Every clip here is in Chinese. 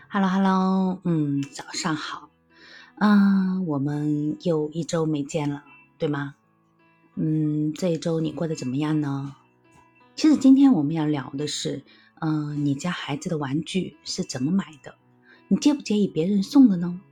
Hello Hello，早上好。我们又一周没见了，对吗？这一周你过得怎么样呢？其实今天我们要聊的是，你家孩子的玩具是怎么买的？你介不介意别人送的呢？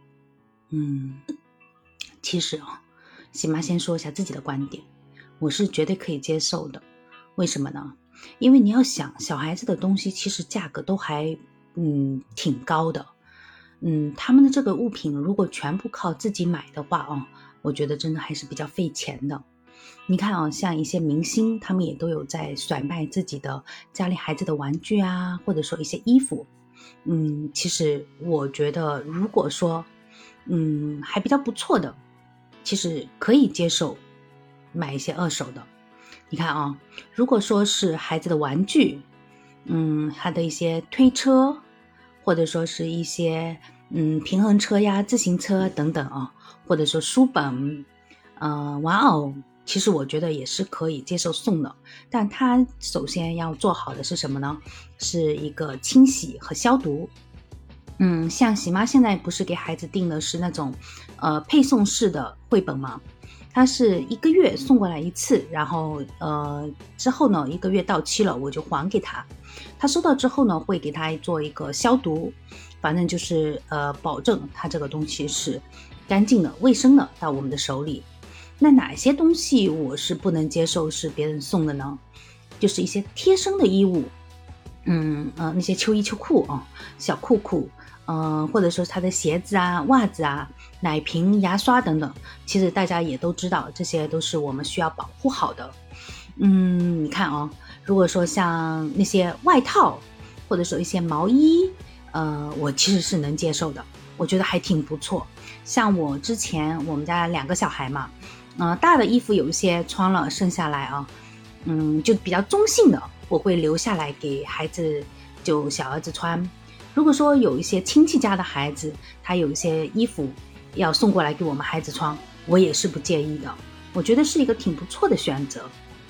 其实喜妈先说一下自己的观点，我是绝对可以接受的。为什么呢？因为你要想，小孩子的东西其实价格都还挺高的。他们的这个物品如果全部靠自己买的话我觉得真的还是比较费钱的。你看像一些明星，他们也都有在甩卖自己的家里孩子的玩具啊，或者说一些衣服。其实我觉得如果说还比较不错的，其实可以接受买一些二手的。你看如果说是孩子的玩具，他的一些推车，或者说是一些平衡车呀、自行车等等或者说书本，玩偶，其实我觉得也是可以接受送的。但他首先要做好的是什么呢？是一个清洗和消毒。像喜妈现在不是给孩子订的是那种配送式的绘本吗？它是1个月送过来一次，然后之后呢1个月到期了我就还给他。他收到之后呢会给他做一个消毒，反正就是保证他这个东西是干净的、卫生的到我们的手里。那哪些东西我是不能接受是别人送的呢？就是一些贴身的衣物，那些秋衣秋裤小裤裤，或者说他的鞋子啊、袜子啊、奶瓶、牙刷等等，其实大家也都知道，这些都是我们需要保护好的。你看如果说像那些外套，或者说一些毛衣，我其实是能接受的，我觉得还挺不错。像我之前我们家2个小孩嘛，大的衣服有一些穿了剩下来就比较中性的，我会留下来给孩子，就小儿子穿。如果说有一些亲戚家的孩子，他有一些衣服要送过来给我们孩子穿，我也是不介意的，我觉得是一个挺不错的选择。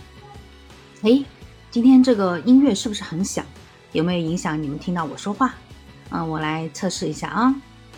今天这个音乐是不是很响？有没有影响你们听到我说话？我来测试一下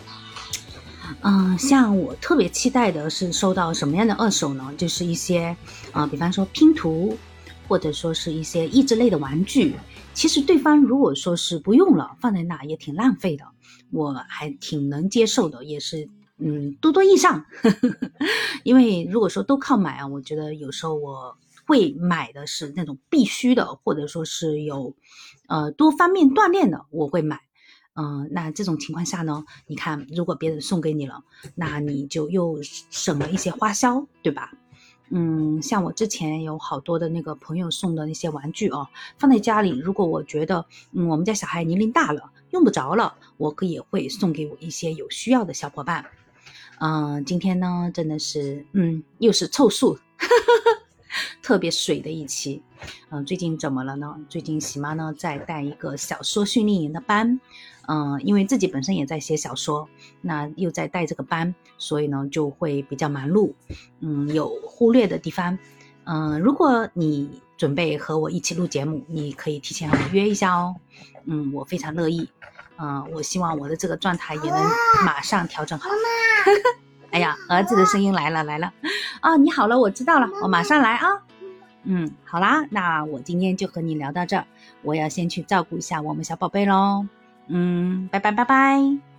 像我特别期待的是收到什么样的二手呢？就是一些比方说拼图，或者说是一些益智类的玩具。其实对方如果说是不用了，放在那也挺浪费的，我还挺能接受的，也是多多益善。因为如果说都靠买我觉得有时候我会买的是那种必须的，或者说是有多方面锻炼的，我会买。那这种情况下呢，你看如果别人送给你了，那你就又省了一些花销，对吧？像我之前有好多的那个朋友送的那些玩具放在家里，如果我觉得我们家小孩年龄大了用不着了，我也会送给我一些有需要的小伙伴。今天呢真的是又是凑数特别水的一期。最近怎么了呢？最近喜妈呢在带一个小说训练营的班，因为自己本身也在写小说，那又在带这个班，所以呢就会比较忙碌，有忽略的地方。如果你准备和我一起录节目，你可以提前和我约一下我非常乐意。我希望我的这个状态也能马上调整好。哎呀，儿子的声音来了你好了，我知道了，我马上来好啦，那我今天就和你聊到这儿，我要先去照顾一下我们小宝贝咯。拜拜拜拜。